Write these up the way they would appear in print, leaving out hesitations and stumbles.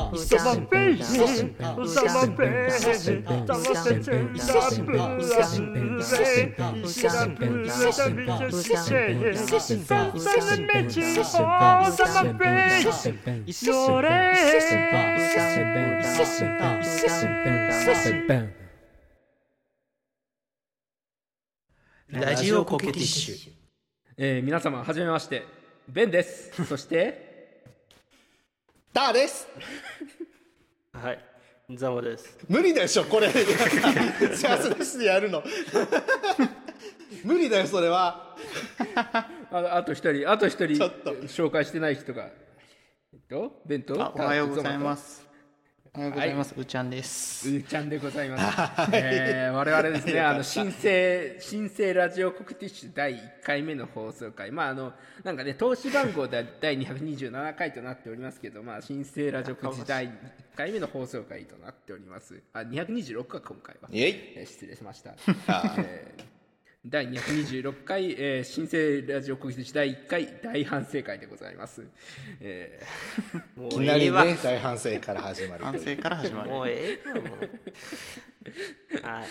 ラジオコケティッシュ。 皆様はじめまして、ベンです。そしてターです。 はい、ザモです。 無理でしょこれ幸せですでやるの無理だよそれはあと一人紹介してない人がベンとおはようございます。おはようございます。うーちゃんです。 うーちゃんでございます。我々ですね、新生ラジオコケティッシュ第1回目の放送回、なんかね、投資番号で第227回となっておりますけど、新生ラジオコケティッシュ第1回目の放送回となっております。226か今回は。失礼しました。第226回、新生ラジオコケティッシュ第1回大反省会でございます。 いきなりね、大反省から始まる。 反省から始まる。 もうええよもう。はい。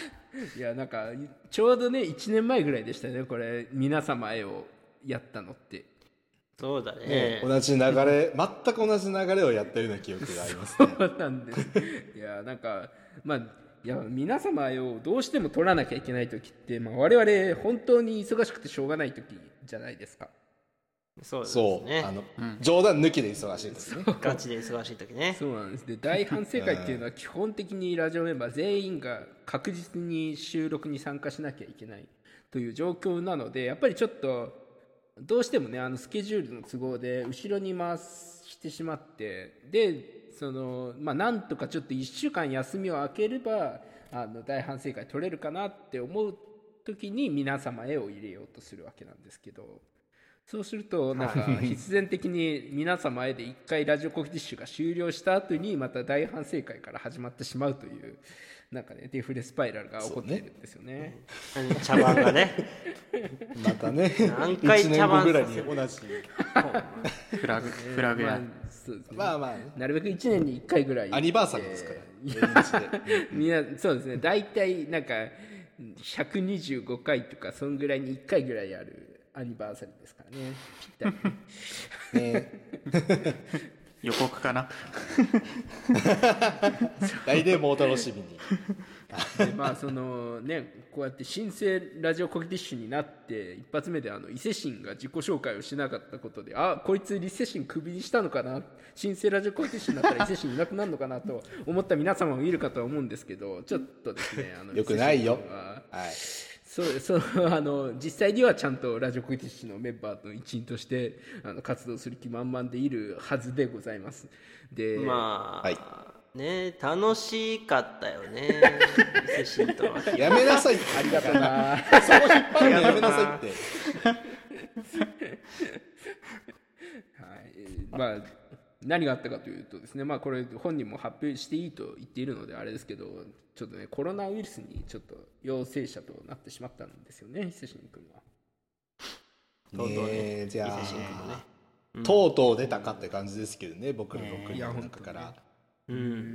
いやなんかちょうどね1年前ぐらいでしたねこれ皆様へをやったのって。 そうだね。 同じ流れ全く同じ流れをやったような記憶がありますね。 そうなんです。いやなんかいや皆様をどうしても取らなきゃいけない時って、我々本当に忙しくてしょうがない時じゃないですか。 そうですね。 冗談抜きで忙しい時ね。 ガチで忙しい時ね。 そうなんです。で大反省会っていうのは基本的にラジオメンバー全員が確実に収録に参加しなきゃいけないという状況なので、やっぱりちょっとどうしてもねスケジュールの都合で後ろに回してしまって、でなんとかちょっと1週間休みを空ければ大反省会取れるかなって思う時に皆様へを入れようとするわけなんですけど、そうするとなんか必然的に皆様へで1回ラジオコケティッシュが終了した後にまた大反省会から始まってしまうというなんかねデフレスパイラルが起こっているんですよね。 茶番がねまたね何回茶番 1年後ぐらいに同じフラグや、 そうですね、 なるべく1年に1回ぐらいアニバーサリーですからみんなそうですね、大体なんか125回とかそんぐらいに1回ぐらいあるアニバーサリーですからね、ぴったりね予告かな来年もお楽しみに。 でこうやって新生ラジオコケティッシュになって一発目で伊勢神が自己紹介をしなかったことで、こいつ伊勢神クビにしたのかな、新生ラジオコケティッシュになったら伊勢神いなくなるのかなと思った皆様もいるかとは思うんですけど、ちょっとですねよくないよ。 実際にはちゃんとラジオコケティッシュのメンバーの一員として活動する気満々でいるはずでございます。でね、楽しかったよね。伊勢神とのやめなさい。 ありがとうな。 その引っ張るのやめなさいって。 はい。何があったかというとですね、これ本人も発表していいと言っているのであれですけど、ちょっとねコロナウイルスにちょっと陽性者となってしまったんですよね、伊勢神君は。 じゃあとうとう出たかって感じですけどね、僕の6人の中から。 気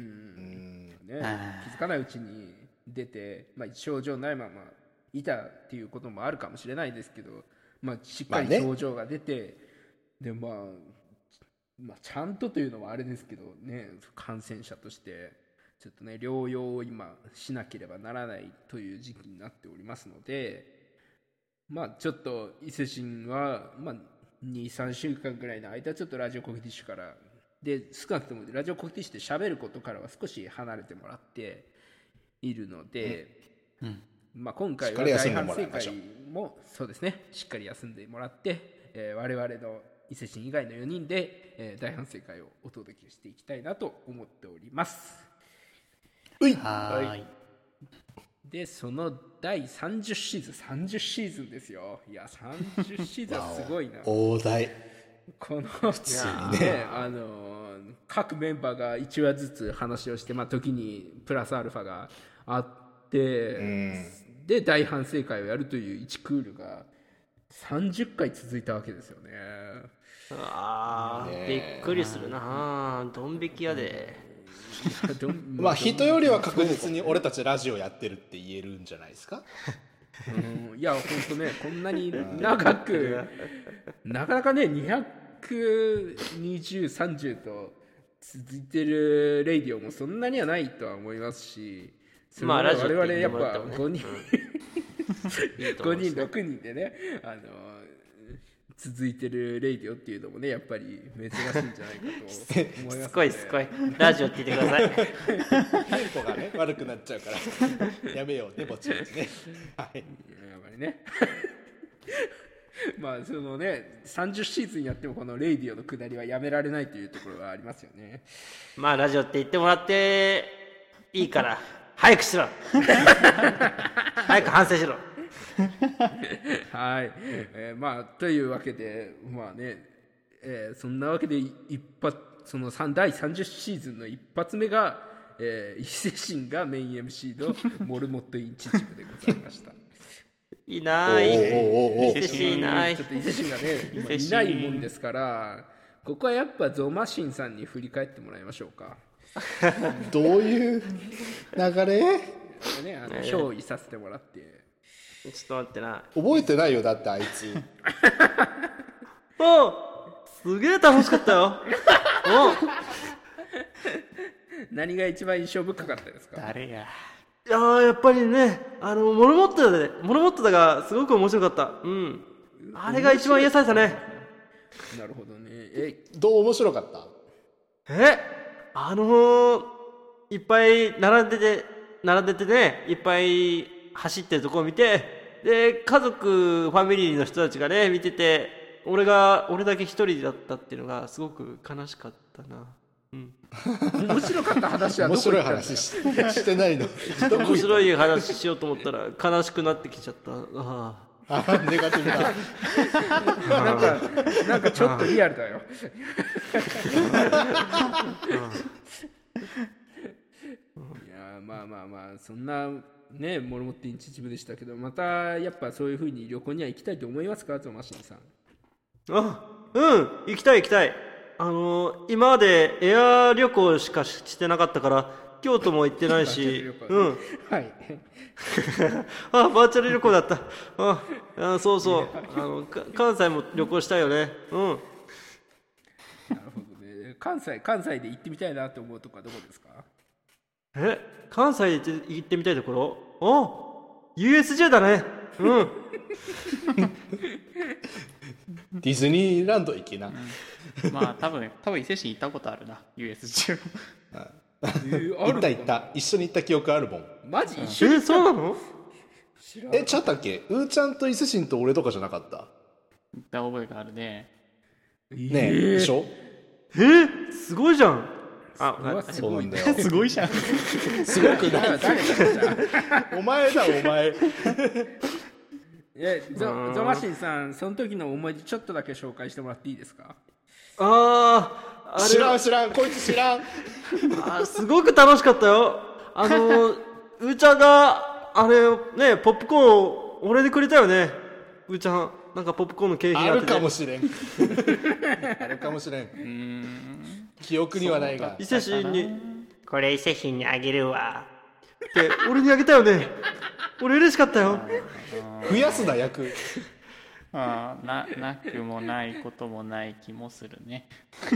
づかないうちに出て、症状ないままいたっていうこともあるかもしれないですけど、しっかり症状が出て、でちゃんとというのはあれですけどね、感染者としてちょっとね療養を今しなければならないという時期になっておりますので、ちょっと伊勢神は2、3週間ぐらいの間ちょっとラジオコケティッシュからで少なくともラジオコケティッシュで喋ることからは少し離れてもらっているので、今回は大反省会もそうですね、しっかり休んでもらって、我々の伊勢神以外の4人で、大反省会をお届けしていきたいなと思っております。 はい。 でその第30シーズン30シーズンですよ。いや30シーズンはすごいな。 大台。 この普通にね、各メンバーが1話ずつ話をして、時にプラスアルファがあって、で大反省会をやるという1クールが30回続いたわけですよね。 びっくりするな。ドン引きやで。 人よりは確実に俺たちラジオやってるって言えるんじゃないですか。 いや本当ね、こんなに長くなかなかね22030と続いてるレイディオもそんなにはないとは思いますし、我々やっぱ5人5人6人でね続いてるレイディオっていうのもねやっぱり珍しいんじゃないかと思います、ね、 すごいラジオって言ってください。 テンポがね悪くなっちゃうからやめようねぼちぼちね。はい、やっぱりねそのね30シーズンやってもこのレイディオの下りはやめられないというところがありますよね。 ラジオって言ってもらっていいから早くしろ早く反省しろはい、というわけでそんなわけでその第30シーズンの一発目が、伊勢神がメイン MC のモルモットインチチブでございました。 いない伊勢神いない。 ちょっと伊勢神がね今いないもんですから、ここはやっぱゾマシンさんに振り返ってもらいましょうか。 どういう流れ？ 憑依させてもらって。 ちょっと待ってな。 覚えてないよだってあいつ。 すげえ楽しかったよ。 何が一番印象深かったですか？ 誰や。 いややっぱりねモルモットだがすごく面白かった。あれが一番癒されたね。 なるほどね。 どう面白かった？ いっぱい並んでてね、いっぱい走ってるところを見て、で家族ファミリーの人たちがね見てて、俺だけ一人だったっていうのがすごく悲しかったな。 面白かった話はどこ行ったんだよ。面白い話してないの。 面白い話しようと思ったら悲しくなってきちゃった。 ネガティブだ。 なんかちょっとリアルだよ。いやそんなねモルモッティン秩父でしたけど、またやっぱそういう風に旅行には行きたいと思いますか、ゾマシンさん。 行きたい。今までエア旅行しかしてなかったから京都も行ってないし、 はいバーチャル旅行だった。そう関西も旅行したいよね。 なるほどね。関西で行ってみたいなと思うとこはどこですか？ 関西で行ってみたいところUSJ だね。 ディズニーランド行きな。 多分伊勢神行ったことあるな USJ。 行った一緒に行った記憶あるもん。 マジ一緒に？ そうなの？ ちゃったっけ？うーちゃんと伊勢神と俺とかじゃなかった？ 行った覚えがあるね。 でしょ？ すごいじゃん。 そうなんだよ。 すごいじゃん。 すごくない。お前だ。 ゾマシンさん、その時の思い出ちょっとだけ紹介してもらっていいですか？ 知らん、こいつ知らん。 すごく楽しかったよ。うーちゃんがポップコーンを俺でくれたよね。うーちゃんなんかポップコーンの景品あるかもしれん。記憶にはないが。 伊勢神にこれ伊勢神にあげるわって俺にあげたよね。俺嬉しかったよ。 増やすな役。 なくもないこともない気もするね。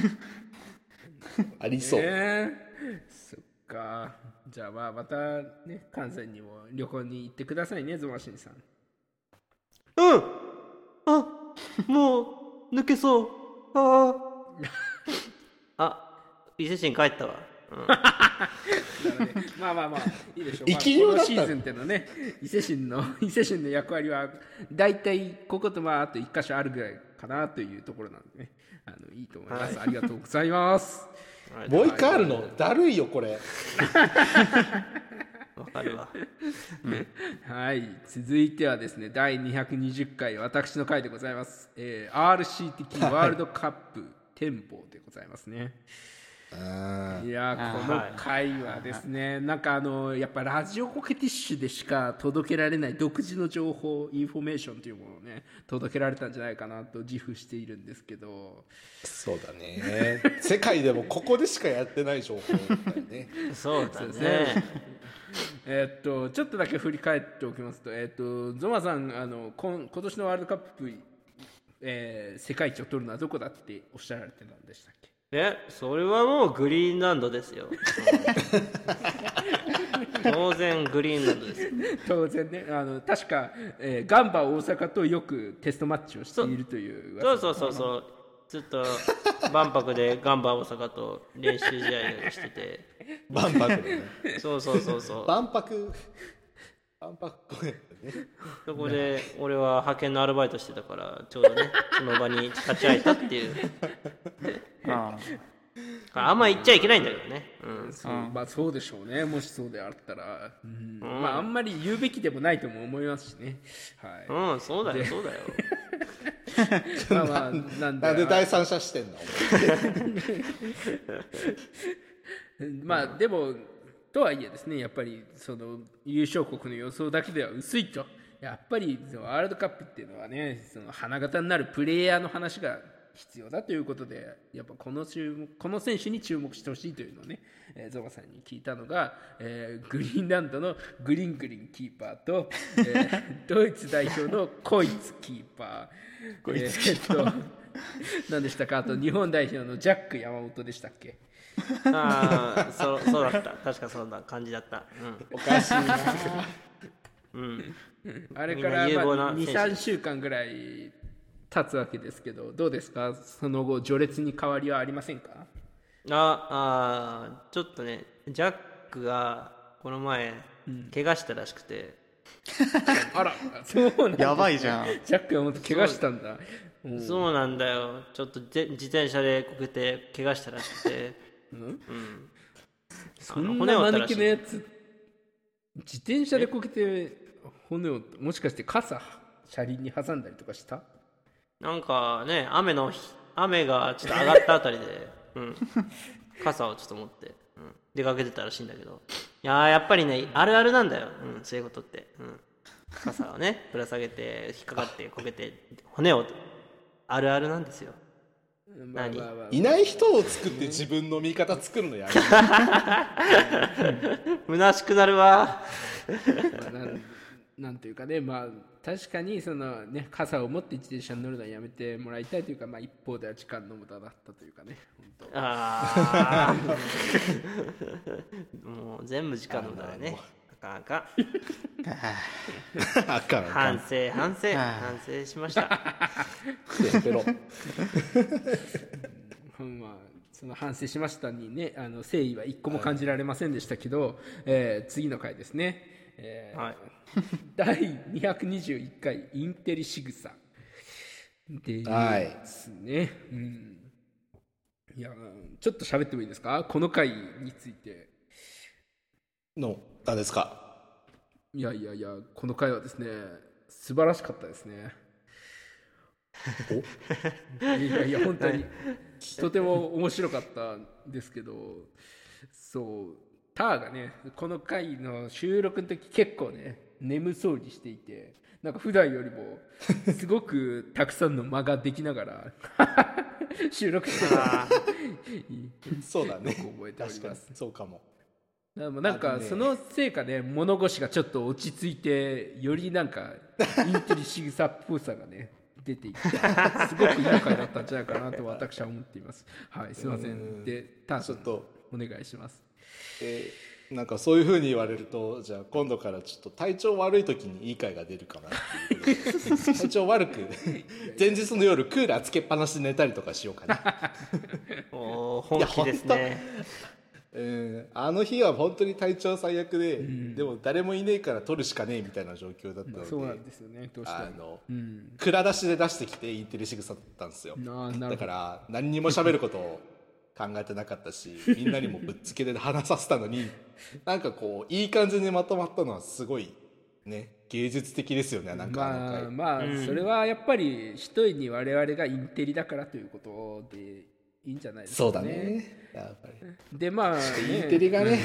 ありそう。 そっか。じゃあまたね関西にも旅行に行ってくださいね、ゾマシンさん。 もう抜けそう。 伊勢神帰ったわ。 いいでしょう。 生きようだったこのシーズンってのね、伊勢神の役割はだいたいこことあと1箇所あるぐらいかなというところなんでね、いいと思います。ありがとうございます。 もう一回あるのだるいよこれ。 分かるわ。 はい、続いてはですね、第220回私の回でございます。RC 的ワールドカップ展望でございますね。いやこの回はですね、なんかやっぱラジオコケティッシュでしか届けられない独自の情報インフォメーションというものをね届けられたんじゃないかなと自負しているんですけど。 そうだね、世界でもここでしかやってない情報だよね。 そうだね。 ちょっとだけ振り返っておきますと、ゾマさん今年のワールドカップ、世界一を取るのはどこだっておっしゃられてたんでしたっけ？ それはもうグリーンランドですよ。当然グリーンランドですよ。 当然ね、確か、ガンバ大阪とよくテストマッチをしているという噂。 そうずっと万博でガンバ大阪と練習試合をしてて。 万博でね。 そう万博公園でね。 そこで俺は派遣のアルバイトしてたからちょうどねその場に立ち会えたっていう。あんま言っちゃいけないんだけどね。 まあそうでしょうね、もしそうであったら、まああんまり言うべきでもないとも思いますしね。 はい。そうだよ。 まあなんで第三者視点なまあでもとはいえですね、やっぱりその優勝国の予想だけでは薄いと。やっぱりワールドカップっていうのはね、その花形になるプレイヤーの話が必要だということで、やっぱこの選手に注目してほしいというのをね、ゾマさんに聞いたのが、グリーンランドのグリンキーパーと、ドイツ代表のコイツキーパー、何でしたか、あと日本代表のジャック山本でしたっけ？ そうだった。確かそんな感じだった。 おかしいな。 あれから2、3週間ぐらい経つわけですけど、どうですか、その後序列に変わりはありませんか？ ちょっとね、ジャックがこの前怪我したらしくて。 あら、そうなんだ。 やばいじゃん。 ジャックはもっと怪我したんだ。 そうなんだよ。ちょっと自転車でこけて怪我したらしくて。 そんな間抜けのやつ、自転車でこけて骨を、もしかして車輪に挟んだりとかした？ なんかね、雨がちょっと上がったあたりで、傘をちょっと持って、出かけてたらしいんだけど、やっぱりね、あるあるなんだよ、そういうことって。傘をねぶら下げて引っかかってこけて骨を、あるあるなんですよ。 いない人を作って自分の味方作るのやめ虚しくなるわ。 なんというかね、まあ確かにそのね、傘を持って自転車に乗るのはやめてもらいたいというか、まあ一方では時間の無駄だったというかね、本当。 もう全部時間の無駄だね。あかん。 反省しました。 ペロ。 まあその反省しましたにね、誠意は一個も感じられませんでしたけど、次の回ですね。第221回インテリ仕草ですね。いや、ちょっと喋ってもいいですか、この回について。 何ですか？ いや、この回はですね、素晴らしかったですね。いや本当にとても面白かったんですけど、そうターがね、この回の収録の時結構ね眠そうにしていて、なんか普段よりもすごくたくさんの間ができながら収録してた。 そうだね、 覚えております。 そうかも。 なんかそのせいかね、物腰がちょっと落ち着いて、よりなんかインテリ仕草っぽさがね出ていて、すごくいい回だったんじゃないかなと私は思っています。はい、すいません。でターンさんお願いします。 なんかそういう風に言われると、じゃあ今度からちょっと体調悪い時にいい回が出るかなっていう体調悪く前日の夜クーラーつけっぱなしで寝たりとかしようかな。 本気ですね。 あの日は本当に体調最悪で、でも誰もいねえから取るしかねえみたいな状況だったので、 そうなんですよね、どうしても蔵出しで出してきてインテリ仕草だったんですよ。だから何にも喋ることを考えてなかったし、みんなにもぶっつけで話させたのになんかこういい感じにまとまったのはすごいね、芸術的ですよね。なんかそれはやっぱり一重に我々がインテリだからということでいいんじゃないですかね。 そうだね、やっぱり。 でまあ、ね、 インテリがね、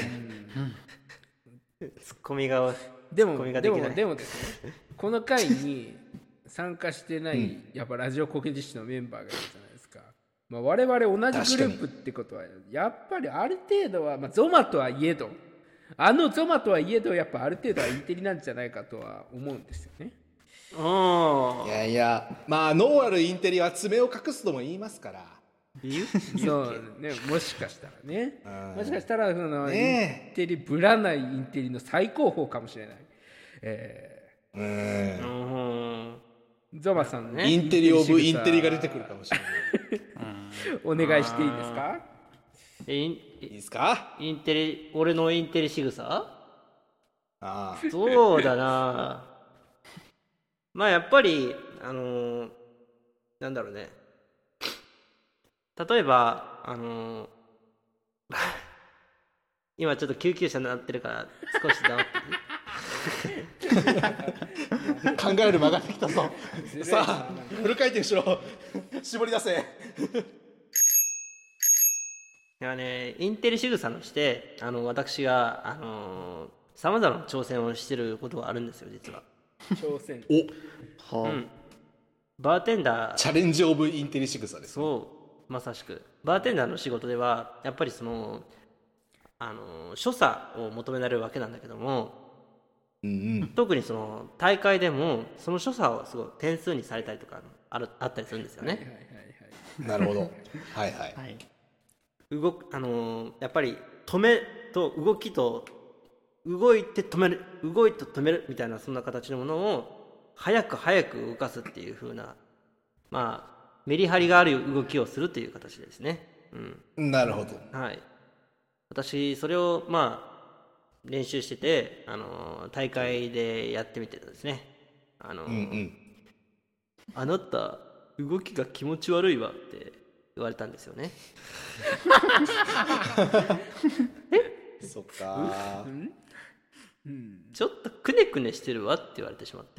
ツッコミがでもツッコミができないでもですね、この回に参加してないやっぱラジオコケティッシュのメンバーがいるじゃないですか。まあ、我々同じグループってことはやっぱりある程度は、まあ、ゾマとはいえどゾマとはいえどやっぱある程度はインテリなんじゃないかとは思うんですよね。 いやいや、まあノーアルインテリは爪を隠すとも言いますから。 そうね、もしかしたらね、もしかしたらその、 ね、 インテリぶらないインテリの最高峰かもしれない。ゾマさんね、 インテリオブインテリが出てくるかもしれない。 お願いしていいですか？ いいですか？ インテリ、俺のインテリ仕草？ ああ、 そうだな。まあやっぱりなんだろうね。例えば今ちょっと救急車になってるから少し黙って考える間ができたぞ。さあフル回転しろ。絞り出せ。 いやね、インテリ仕草のして私がさまざまな挑戦をしてることがあるんですよ、実は。 挑戦。 バーテンダー。 チャレンジオブインテリ仕草です、ね。 そうまさしくバーテンダーの仕事ではやっぱり所作を求められるわけなんだけども、特にその大会でもその所作をすごい点数にされたりとかあったりするんですよね。 なるほど。はいはい。 やっぱり止めと動きと動いて止める動いて止めるみたいなそんな形のものを早く動かすっていう風な、まあメリハリがある動きをするという形ですね。 なるほど。 はい。私それをまあ練習してて大会でやってみてですね。あなた動きが気持ち悪いわって言われたんですよね。 そっか、 ちょっとくねくねしてるわって言われてしまって、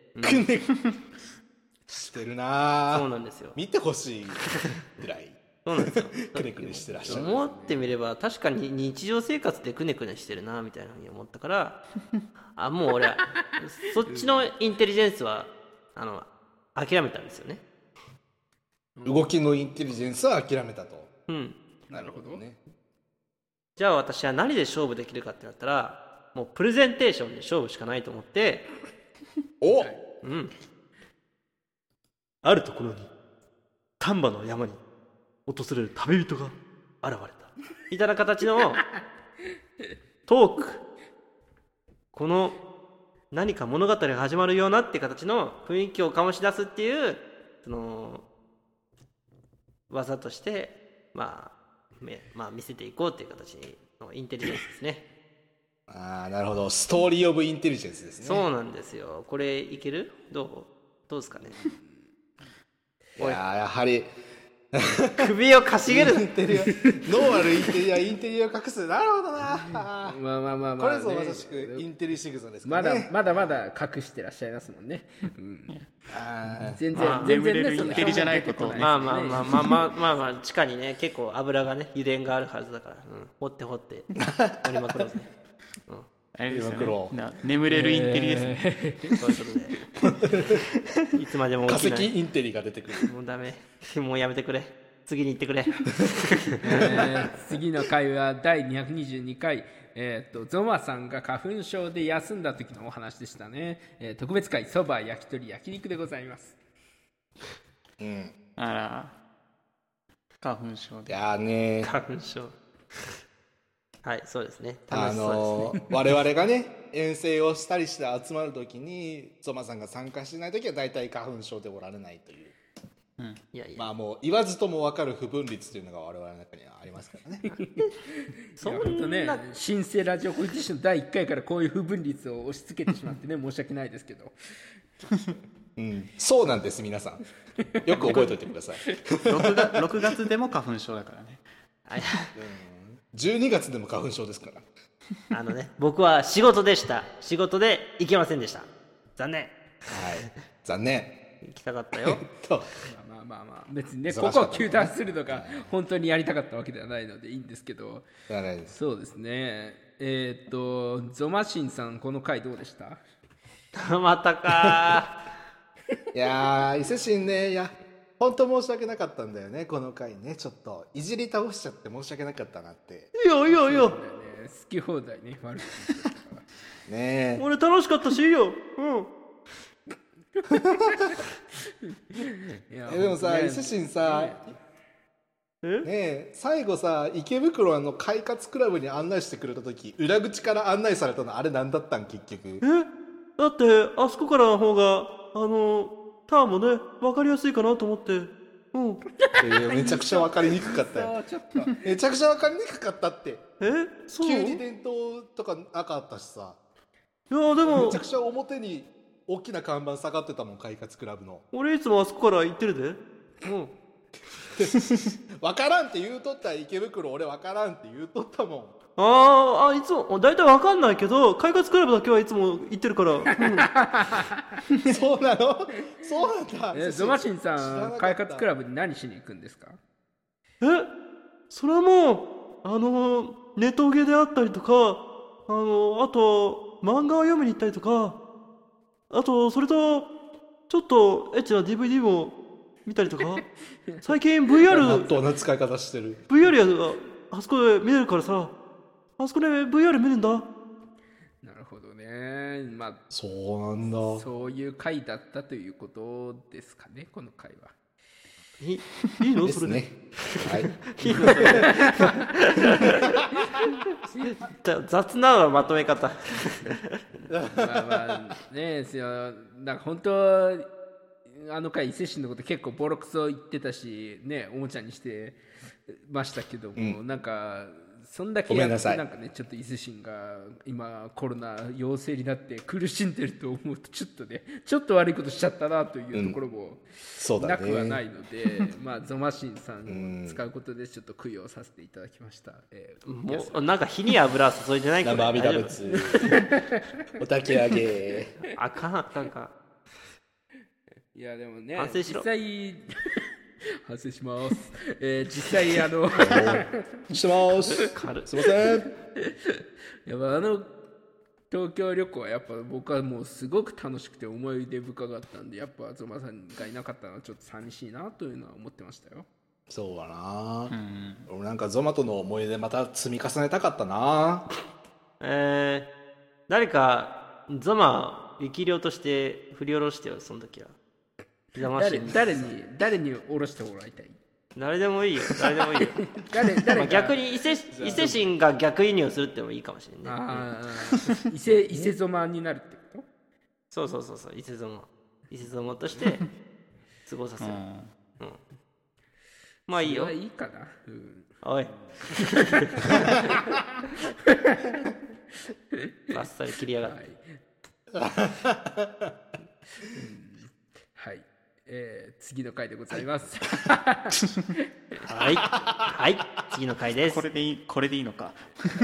くねしてるな。 そうなんですよ。 見てほしいぐらい。 そうなんですよ。 くねくねしてらっしゃる。 思ってみれば確かに日常生活でくねくねしてるなみたいなふうに思ったからもう俺はそっちのインテリジェンスは諦めたんですよね。 動きのインテリジェンスは諦めたと。なるほどね。 じゃあ私は何で勝負できるかってなったらもうプレゼンテーションで勝負しかないと思ってあるところに丹波の山に訪れる旅人が現れたみたいな形のトーク、この何か物語が始まるようなって形の雰囲気を醸し出すっていうその技としてまあ見せていこうっていう形のインテリジェンスですね。 なるほど。ストーリーオブインテリジェンスですね。 そうなんですよ。これいける？どうですかね。 いややはり首をかしげる。 ノーアルインテリはインテリを隠す。なるほどな。 まあ、 これぞまさしくインテリ仕草ですからね。 まだ隠してらっしゃいますもんね。全然眠れるインテリじゃないことをね。 まあ地下にね結構油がね油田があるはずだから、掘って掘りまくろうぜ。 あれですよね。眠れるインテリですね。 そういうことでいつまでも化石インテリが出てくる。 もうダメ。もうやめてくれ。次に行ってくれ。 次の回は第222回、ゾマさんが花粉症で休んだ時のお話でしたね。特別会そば焼き鳥焼肉でございます。 あら花粉症で。 いやね、 花粉症。はい、そうですね。楽しそうですね。 我々がね遠征をしたりして集まるときにゾマさんが参加しないときは大体花粉症でおられないという、 いやまあもう言わずとも分かる不分率というのが我々の中にはありますからね。 そんなね、新生ラジオコンティション第1回からこういう不分率を押し付けてしまってね申し訳ないですけど。 そうなんです皆さん。よく覚えておいてください。 6月でも花粉症だからね。 12月でも花粉症ですから。 僕は仕事でした。仕事で行けませんでした。残念。 はい、残念。 行きたかったよ。 まあ別にねここを糾弾するのが本当にやりたかったわけではないのでいいんですけど、そうですね。ゾマシンさんこの回どうでした？ またかいやー伊勢神ね、いや本当申し訳なかったんだよね、この回ね。ちょっといじり倒しちゃって申し訳なかったなって。 いや、 好き放題ね、悪くねえ俺楽しかったしいいよ。 でもさ、伊勢神さ、ねえ最後さ池袋快活クラブに案内してくれた時、裏口から案内されたのあれ何だったん結局？ だってあそこからの方がターンもね分かりやすいかなと思って。 めちゃくちゃ分かりにくかったよ。めちゃくちゃ分かりにくかったって。 そう急に電灯とかなかったしさ。 いやでもめちゃくちゃ表に大きな看板下がってたもん、快活クラブの。 俺いつもあそこから行ってるで。 分からんって言うとった。池袋俺分からんって言うとったもん。 いつも大体分かんないけど快活クラブだけはいつも行ってるから。 そうなの？そうなんだ。 ゾマシンさん快活クラブに何しに行くんですか？ それはもうネトゲであったりとか、あと漫画を読みに行ったりとか、あとそれとちょっとエッチな DVD も見たりとか。最近 VR 納豆な使い方してる。 VR やあそこで見れるからさ、あそこで VR 見るんだ。 なるほどね。まあそうなんだ。 そういう回だったということですかね、この回は。 いいのそれね。はい。 雑なまとめ方。 まあねですよ。なんか本当回伊勢神のこと結構ボロクソ言ってたしね、おもちゃにしてましたけども、なんかそんだけやってなんかね、ちょっと伊勢神が今コロナ陽性になって苦しんでると思うとちょっとね、ちょっと悪いことしちゃったなというところもなくはないので、まあゾマシンさんを使うことでちょっと供養させていただきました。 もうなんか火に油注いでないか生阿弥陀仏お焚き上げ。 あかん。 いやでもね、 反省しろ。 実際反省します。実際してます。すいません。 やっぱ東京旅行はやっぱ僕はもうすごく楽しくて思い出深かったんで、やっぱゾマさんがいなかったのはちょっと寂しいなというのは思ってましたよ。 そうだな。俺なんかゾマとの思い出また積み重ねたかったな。 誰かゾマ力量として振り下ろしてよ、その時は。 誰に下ろしてもらいたい？ 誰でもいいよ。誰逆に伊勢神が逆輸入するってもいいかもしれない。 伊勢ゾマになるってこと？ そう伊勢ゾマとして過ごさせる。まあいいよ。 それはいいかな。 おい。バッサリ切りやがって。 はい。次の回でございます。 はい、次の回です。 これでいいのか。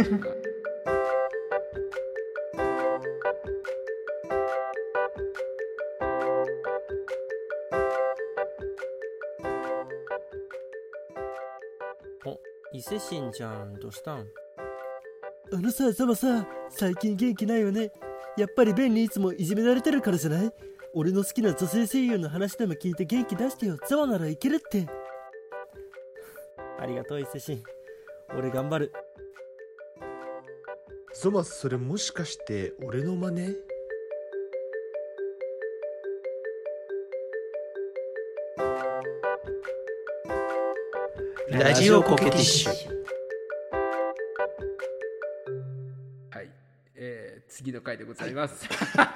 伊勢神ちゃんどうしたん？ザマさ、最近元気ないよね。やっぱりベンにいつもいじめられてるからじゃない？俺の好きな女性声優の話でも聞いて元気出してよ。ザマならいけるって。ありがとう伊勢神、俺頑張る。 ゾマ、それもしかして俺の真似？ ラジオコケティッシュ。 はい、次の回でございます。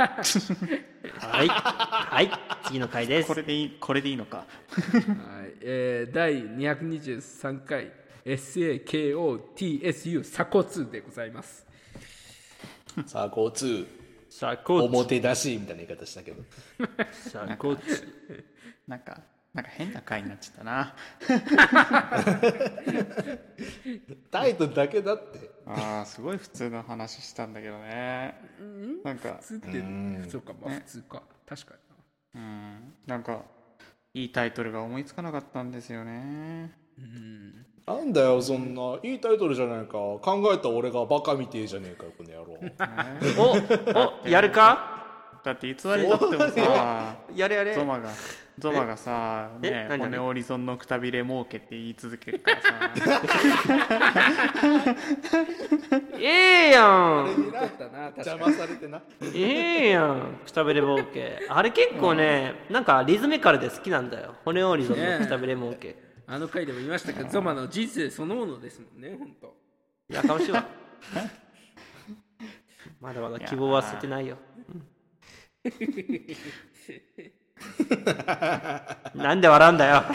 はい、次の回です。 これでいいのか。はい、 第223回 SAKOTSU サコ2でございます。 サコ2。 サコ2。 表出しみたいな言い方したけど。 サコ2。 なんかなんか変な回になっちゃったな。 タイトルだけだって。 すごい普通の話したんだけどね。なんか普通ってそうか、まあ普通か、確かになんかいいタイトルが思いつかなかったんですよね。 なんだよそんないいタイトルじゃないか。考えた俺がバカみてえじゃねえかよこの野郎。 おやるか。 だって偽りだってもさやれゾマがさ、ね、骨折り損のくたびれ儲けって言い続けるからさやん邪魔されてな。 やんくたびれ儲け。あれ結構ね、なんかリズミカルで好きなんだよ。骨折り損のくたびれ儲け、 あの回でも言いましたけど、ゾマの人生そのものですもんね、本当。 やかましいわまだまだ希望は捨ててないよ。なんで笑うんだよ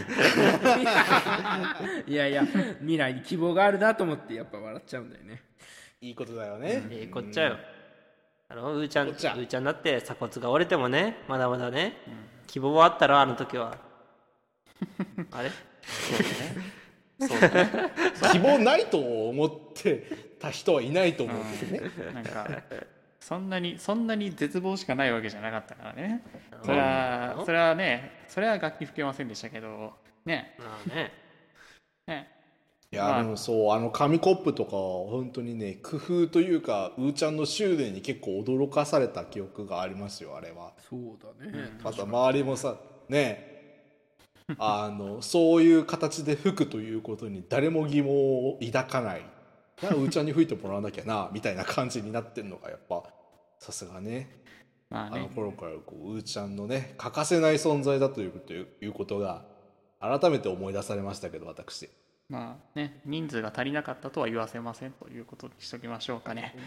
いやいや、未来に希望があるなと思ってやっぱ笑っちゃうんだよね。 いいことだよね。 こっちゃよ。うーちゃんだって鎖骨が折れてもね、まだまだね、希望はあったろ、あの時は。あれそうだね希望ないと思ってた人はいないと思うけどね。 なんかそんなに絶望しかないわけじゃなかったからね。それはね、それは楽器吹けませんでしたけどね。 いや、でもそう紙コップとか本当にね、工夫というかうーちゃんの執念に結構驚かされた記憶がありますよ、あれは。 そうだね。 また周りもさねそういう形で吹くということに誰も疑問を抱かない。うーちゃんに吹いてもらわなきゃなみたいな感じになってるのがやっぱさすがね、あの頃からうーちゃんのね欠かせない存在だということが改めて思い出されましたけど、私まあね、人数が足りなかったとは言わせませんということにしときましょうかね。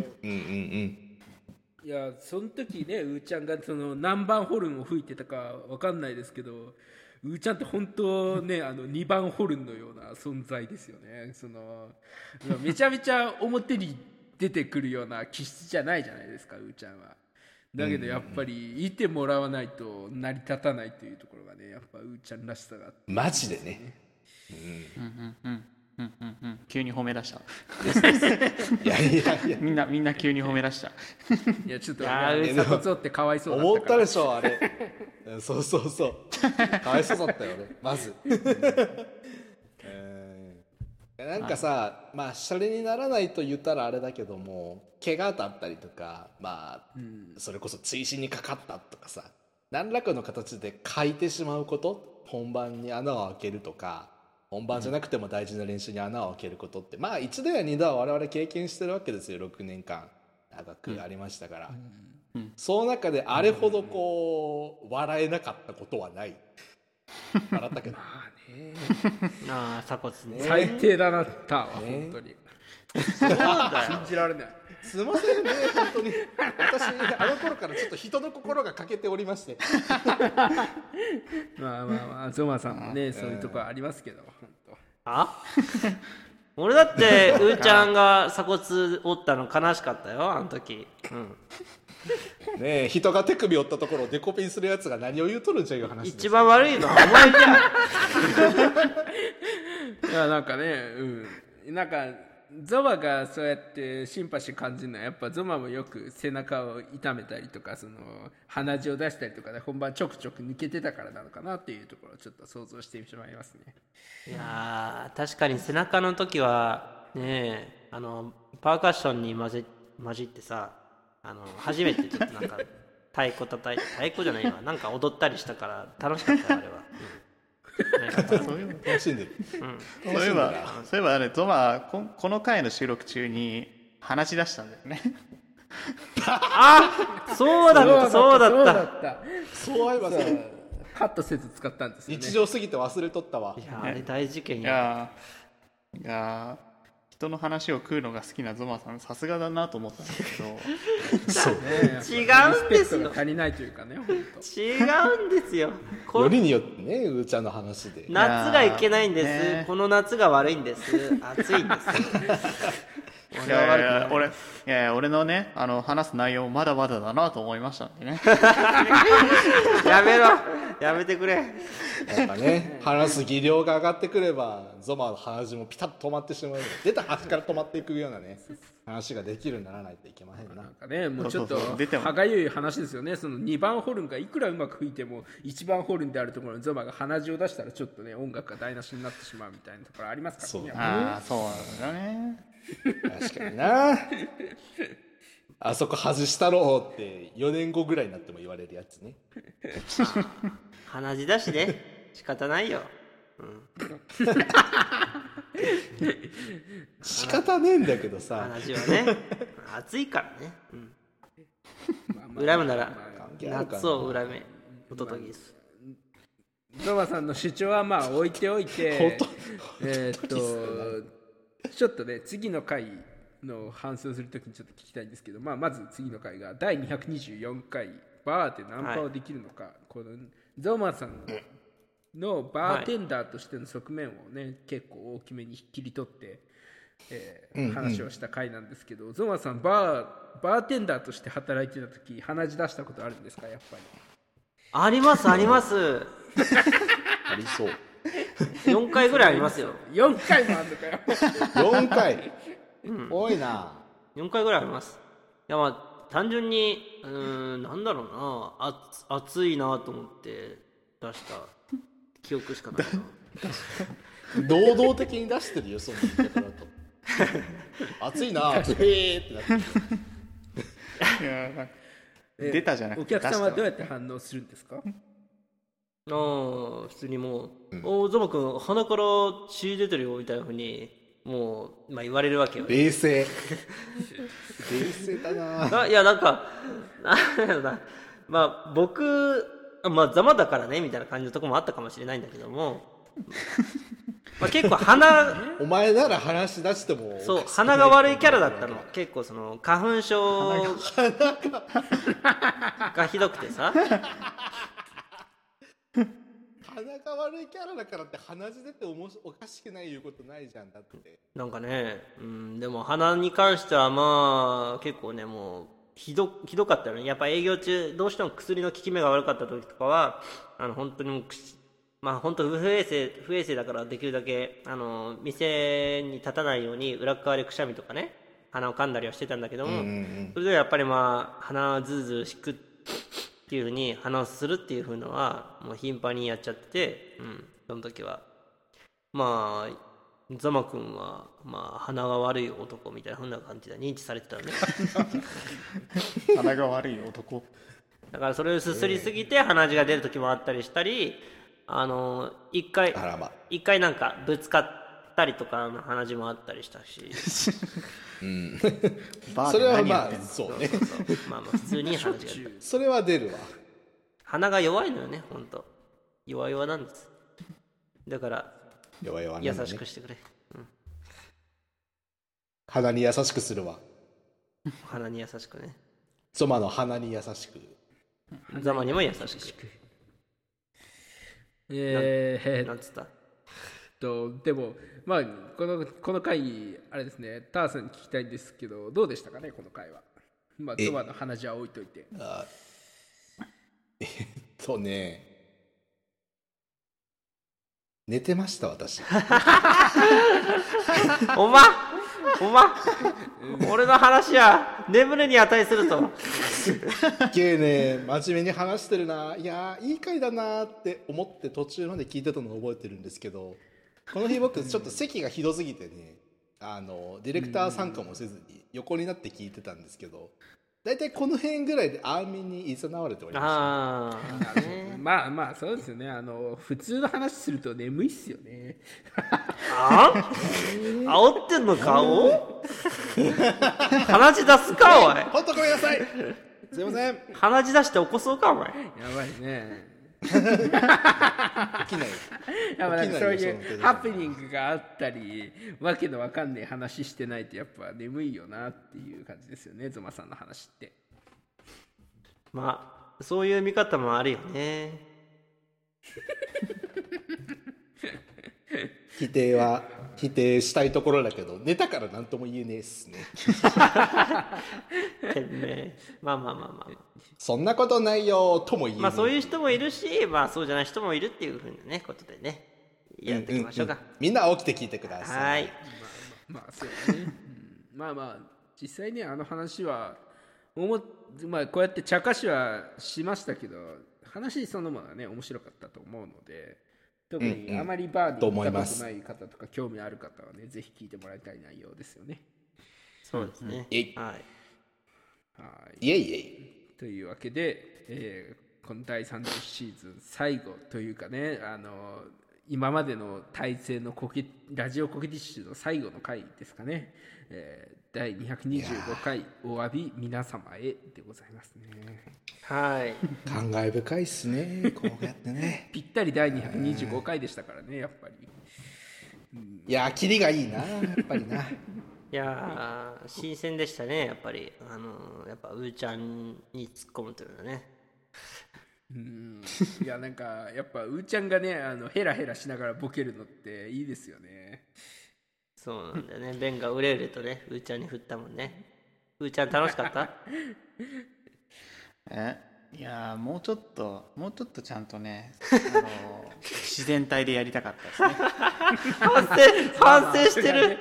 いや、その時ね、うーちゃんがその何番ホルンを吹いてたかわかんないですけど、うーちゃんって本当ね、2番ホルンのような存在ですよね。めちゃめちゃ表に出てくるような気質じゃないじゃないですか、うーちゃんは。だけどやっぱりいてもらわないと成り立たないというところがね、やっぱうーちゃんらしさがあって、 マジでね。 急に褒め出した。 いやみんな急に褒め出した。 いやちょっと鎖骨折ってかわいそうだったから。 思ったでしょあれ。そうかわいそうだったよねまず。なんかさ、まあシャレにならないと言ったらあれだけども、怪我だったりとか、まあ、それこそ追試にかかったとかさ、何らかの形で書いてしまうこと、本番に穴を開けるとか、本番じゃなくても大事な練習に穴を開けることって、まあ一度や二度は我々経験してるわけですよ。6年間長くありましたから、その中であれほどこう笑えなかったことはない。笑ったけどまあね、 鎖骨ね、 最低だなったわ、本当に。 そうだよ、 信じられない。 すいませんね、本当に。私あの頃からちょっと人の心が欠けておりまして。 まあゾマさんもね、そういうとこありますけど、本当。俺だってうーちゃんが鎖骨折ったの悲しかったよ、あの時。 ねえ、人が手首折ったところをデコピンするやつが何を言うとるんじゃいう話です。 一番悪いのはお前じゃん。いやなんかね、なんかゾマがそうやってシンパシー感じるのは、やっぱゾマもよく背中を痛めたりとか、鼻血を出したりとかで本番ちょくちょく抜けてたからなのかなっていうところをちょっと想像してしまいますね。 いや確かに背中の時はね、パーカッションに混じってさ、初めてちょっとなんか太鼓じゃないわ、なんか踊ったりしたから楽しかったよ、あれは。 そういうの楽しんでる。 そういえばね、ゾマこの回の収録中に話し出したんだよね。 そうだった。 そういえばさ、 カットせず使ったんですよね。 日常すぎて忘れとったわ。 いやあれ大事件や。いや人の話を食うのが好きなゾマさん、さすがだなと思ったんですけど。 そう違うんですよ。 足りないというかね、本当。 違うんですよ。 よりによってね、うーちゃんの話で。 夏がいけないんです。この夏が悪いんです。暑いんです。 俺のね、話す内容まだまだだなと思いましたんでね。 やめろ。 やめてくれ。 やっぱね話す技量が上がってくればゾマの話もピタッと止まってしまうので、出た端から止まっていくようなね話ができるようにならないといけませんな。 なんかね、もうちょっとそうそう出ても歯がゆい話ですよね。その2番ホルンがいくらうまく吹いても1番ホルンであるところにゾマが鼻血を出したらちょっとね音楽が台無しになってしまうみたいなところありますからね。 ああ、そうなんだね。 確かになあそこ外したろうって4年後ぐらいになっても言われるやつね。 鼻血だしね、仕方ないよ。 仕方ねえんだけどさ、 鼻血はね、暑いからね。恨むなら関係あるかな夏を恨め、ホトトギス。 ゾマさんの主張はまあ置いておいてちょっとね次の回の反省をするときにちょっと聞きたいんですけど、まず次の回が第224回バーでナンパをできるのか、このゾマさんのバーテンダーとしての側面をね、結構大きめに切り取って、話をした回なんですけど、ゾマさんバーテンダーとして働いてた時鼻血出したことあるんですか？やっぱりありますあります。 ありそう。 4回ぐらいありますよ。 4回もあんのかよ 4回、多いな。 4回ぐらいあります。いやまあ単純になんだろうな、暑いなと思って出した記憶しかないな。 堂々的に出してるよその言い方だと。暑いなってなってる。 いやなんか出たじゃなくてお客さんはどうやっって反応するんですか？ 普通にもう、おゾマくん鼻から血出てるよみたいなふうにもう、言われるわけよ。 冷静冷静だな。 いやなんかなんだろうな、僕ざまだからねみたいな感じのところもあったかもしれないんだけども結構お前なら話し出してもそう鼻が悪いキャラだったの。結構その花粉症がひどくてさ鼻が悪いキャラだからって鼻血出ておかしくない言うことないじゃん。だってなんかね、でも鼻に関しては結構ねもうひどかったよね。やっぱ営業中どうしても薬の効き目が悪かった時とかは本当にもう本当不衛生だからできるだけ店に立たないように裏側でくしゃみとかね鼻を噛んだりはしてたんだけども、それではやっぱり鼻ズーズーしくっていう風に鼻をするっていう風のはもう頻繁にやっちゃってて、その時はザマ君は鼻が悪い男みたいな風な感じで認知されてたのね。 鼻が悪い男。 だからそれをすすりすぎて鼻血が出る時もあったりしたり、一回なんかぶつかったりとかの鼻血もあったりしたしそれはそうね。 普通に鼻血が出る。 それは出るわ。 鼻が弱いのよね、ほんと弱なんです。だから弱なんだね。 優しくしてくれ。 鼻に優しくするわ。 鼻に優しくね。 ゾマの鼻に優しく。 ザマにも優しく。なんつったでもこの回あれですね、ターさんに聞きたいんですけどどうでしたかねこの回は。ゾマの鼻血は置いといて。 寝てました私。 おま俺の話は眠るに値すると。 すっげえね真面目に話してるな。いやいい回だなって思って途中まで聞いてたのを覚えてるんですけど、この日僕ちょっと席がひどすぎてねディレクター参加もせずに横になって聞いてたんですけど、だいたいこの辺ぐらいでアーミンに誘われておりました。そうですよね。普通の話すると眠いっすよね。 煽ってんのかお鼻血出すかおい。 ほっとごめんなさい。すいません。 鼻血出して起こそうかお前。 やばいね。 起きない。 そういうハプニングがあったりわけのわかんない話してないとやっぱ眠いよなっていう感じですよね、ゾマさんの話って。 そういう見方もあるよね。 否定は否定したいところだけど、寝たから何とも言えねえっすね。 てめえまあまあまあまあそんなことないよとも言えねえ。 まあそういう人もいるし、まあそうじゃない人もいるっていうふうなねことでねやっていきましょうか。 みんな起きて聞いてください。 はい。 まあそうだね、まあまあ実際ね話はまあこうやって茶化しはしましたけど、話そのものはね面白かったと思うので、特にあまりバーに行ったことない方とか興味ある方はねぜひ聞いてもらいたい内容ですよね。 そうですね、はいイエイイエイというわけで、この第30シーズン最後というかね、今までの体制のラジオコケティッシュの最後の回ですかね、第225回お詫び皆様へでございますね。 はい感慨深いっすね、こうやってね。 ぴったり第225回でしたからね、やっぱり。 いやーキリがいいな、やっぱりな。 いやー新鮮でしたね、やっぱりやっぱうーちゃんに突っ込むというのはね。 いやなんかやっぱうーちゃんがねヘラヘラしながらボケるのっていいですよね。 そうなんだよね。ベンがうれうれとねうーちゃんに振ったもんね。うーちゃん楽しかった？ いやもうちょっとちゃんとね自然体でやりたかったですね。 反省してる。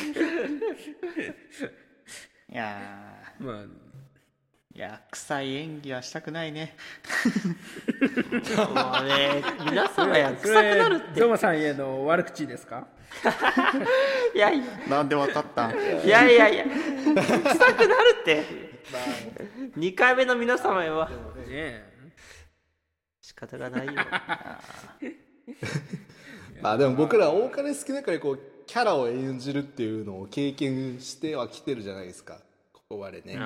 いやまあいや臭い演技はしたくないね。 もうね皆様や臭くなるって。 ゾマさんへの悪口ですか？ いやいやなんでわかったん？ いや臭くなるって。2回目の皆様へは仕方がないよ。 まあでも僕ら多かれ少なかれこうキャラを演じるっていうのを経験してはきてるじゃないですか、ここまでね。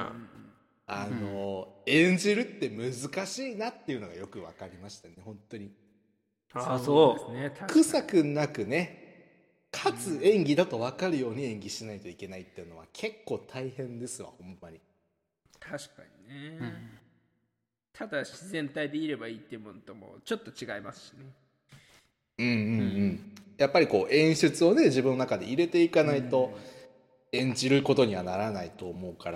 演じるって難しいなっていうのがよく分かりましたね、本当に。 そうですね。 臭くなくね、かつ演技だと分かるように演技しないといけないっていうのは結構大変ですわ、ほんまに。 確かにね、ただ自然体でいればいいっていうものともちょっと違いますしね。 やっぱりこう演出をね自分の中で入れていかないと演じることにはならないと思うから、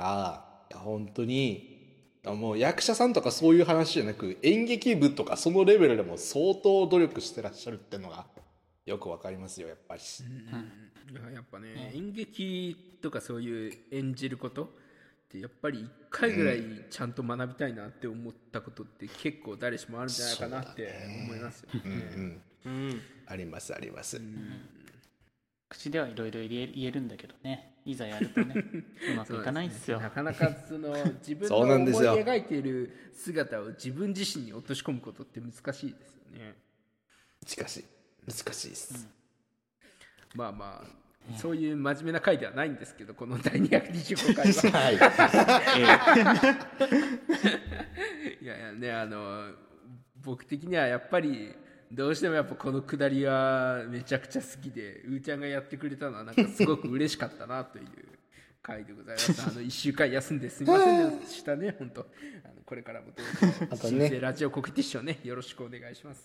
いや本当にもう役者さんとかそういう話じゃなく演劇部とかそのレベルでも相当努力してらっしゃるっていうのがよくわかりますよ、やっぱり。 やっぱね、演劇とかそういう演じることってやっぱり一回ぐらいちゃんと学びたいなって思ったことって結構誰しもあるんじゃないかなって思いますよね。 ありますあります。 口ではいろいろ言えるんだけどね、いざやるとねうまくいかないんですよ。 なかなか自分の思い描いている姿を自分自身に落とし込むことって難しいですよね。 難しいです、 まあまあそういう真面目な回ではないんですけど、この第225回はいやね、僕的にはやっぱりどうしてもやっぱこのくだりはめちゃくちゃ好きで、うーちゃんがやってくれたのはなんかすごく嬉しかったなという回でございます。1週間休んですみませんでしたね。本当これからもどうぞ新生ラジオコケティッシュをねよろしくお願いします。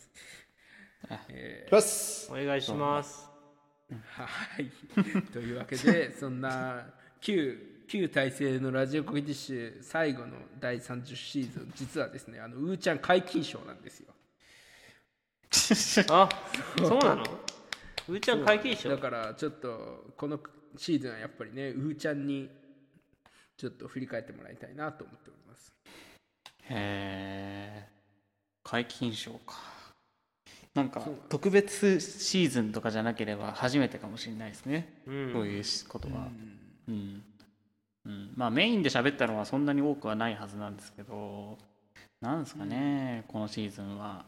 お願いします。 はいというわけでそんな旧体制のラジオコケティッシュ最後の第30シーズン、実はですねうーちゃん皆勤賞なんですよ。 あ、そうなの？うーちゃん皆勤賞だからちょっとこのシーズンはやっぱりねうーちゃんにちょっと振り返ってもらいたいなと思っております。 へえ、皆勤賞か。なんか特別シーズンとかじゃなければ初めてかもしれないですね、こういうことは。まあメインで喋ったのはそんなに多くはないはずなんですけど、なんですかね、このシーズンは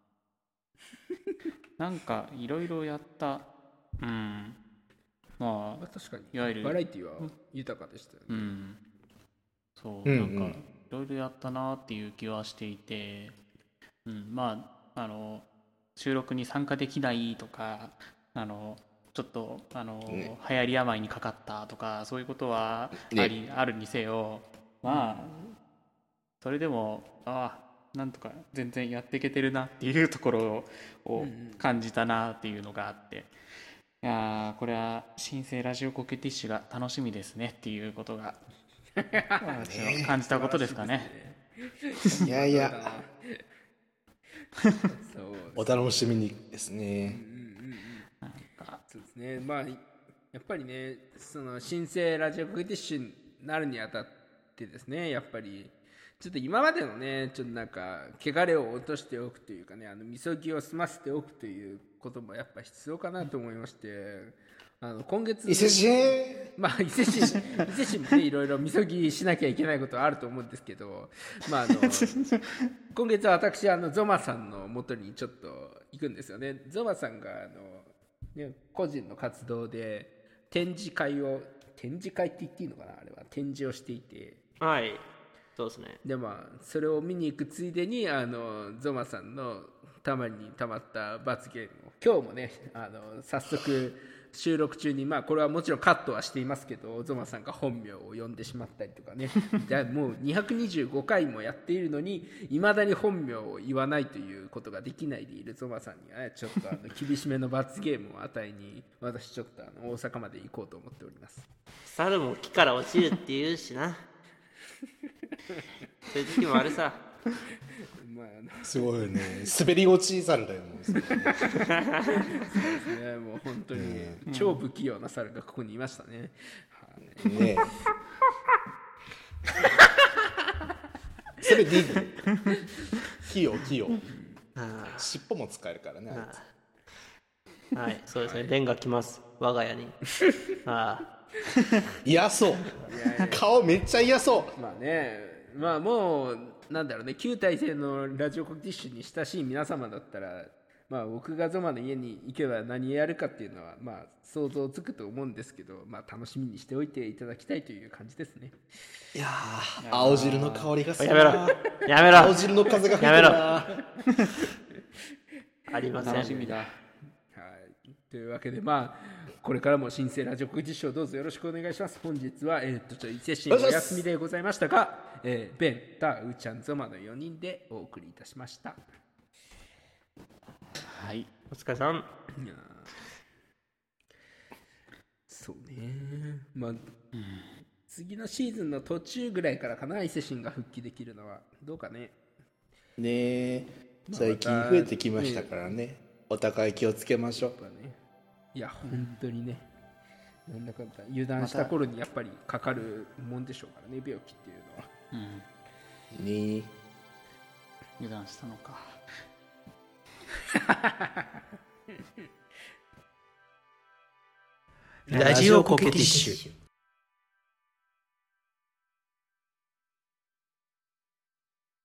なんかいろいろやった。まあ確かにいわゆるバラエティは豊かでしたよね。 そうなんかいろいろやったなっていう気はしていて、まあ収録に参加できないとかちょっと流行り病にかかったとかそういうことはあるにせよ、まあそれでもなんとか全然やっていけてるなっていうところを感じたなっていうのがあって、 いやーこれは新生ラジオコケティッシュが楽しみですねっていうことが私は感じたことですかね。 いやいやそうお楽しみにですね。 そうですね。まあやっぱりね、その新生ラジオコケティッシュになるにあたってですね、やっぱりちょっと今までのね、ちょっとなんか汚れを落としておくというかね、みそぎを済ませておくということもやっぱ必要かなと思いまして、今月伊勢神まあ伊勢神もねいろいろみそぎしなきゃいけないことはあると思うんですけど、まあ今月は私ゾマさんの元にちょっと行くんですよね。ゾマさんがね、個人の活動で展示会って言っていいのかな、あれは展示をしていて、 はいそうですね。 でまあそれを見に行くついでにゾマさんのたまにたまった罰ゲームを今日もね早速収録中に、まあこれはもちろんカットはしていますけど、ゾマさんが本名を呼んでしまったりとかねもう225回もやっているのにいまだに本名を言わないということができないでいるゾマさんには、ちょっと厳しめの罰ゲームを与えに私ちょっと大阪まで行こうと思っております。 猿も木から落ちるって言うしなそういう時もあるさ。 まあすごいよね。滑り落ち猿だよ。もうそうですね、もう本当に超不器用な猿がここにいましたね。 ねそれでいい器用尻尾も使えるからね。 はいそうですね。弁が来ます我が家に。 嫌そう顔めっちゃ嫌そう。 まあね、まあもうなんだろうね、旧体制のラジオコケティッシュに親しい皆様だったら、まあ僕がゾマの家に行けば何やるかっていうのはまあ想像つくと思うんですけど、まあ楽しみにしておいていただきたいという感じですね。 いやー青汁の香りがするな。 やめろ青汁の風が吹いてるな。 ありません。 楽しみだ。 はい、というわけでまあこれからも新生ラジオコケティッシュをどうぞよろしくお願いします。本日は伊勢神お休みでございましたが、ベン、タ、ウーちゃん、ゾマの4人でお送りいたしました。 はい。 お疲れさん。 そうね、まあ、次のシーズンの途中ぐらいからかな、伊勢神が復帰できるのは。どうかね。 ねえ最近増えてきましたからね。お互い気をつけましょう。 いや本当にね、なんだかんだ油断した頃にやっぱりかかるもんでしょうからね、病気っていうのは。 ねえ油断したのか。 ラジオコケティッシュ。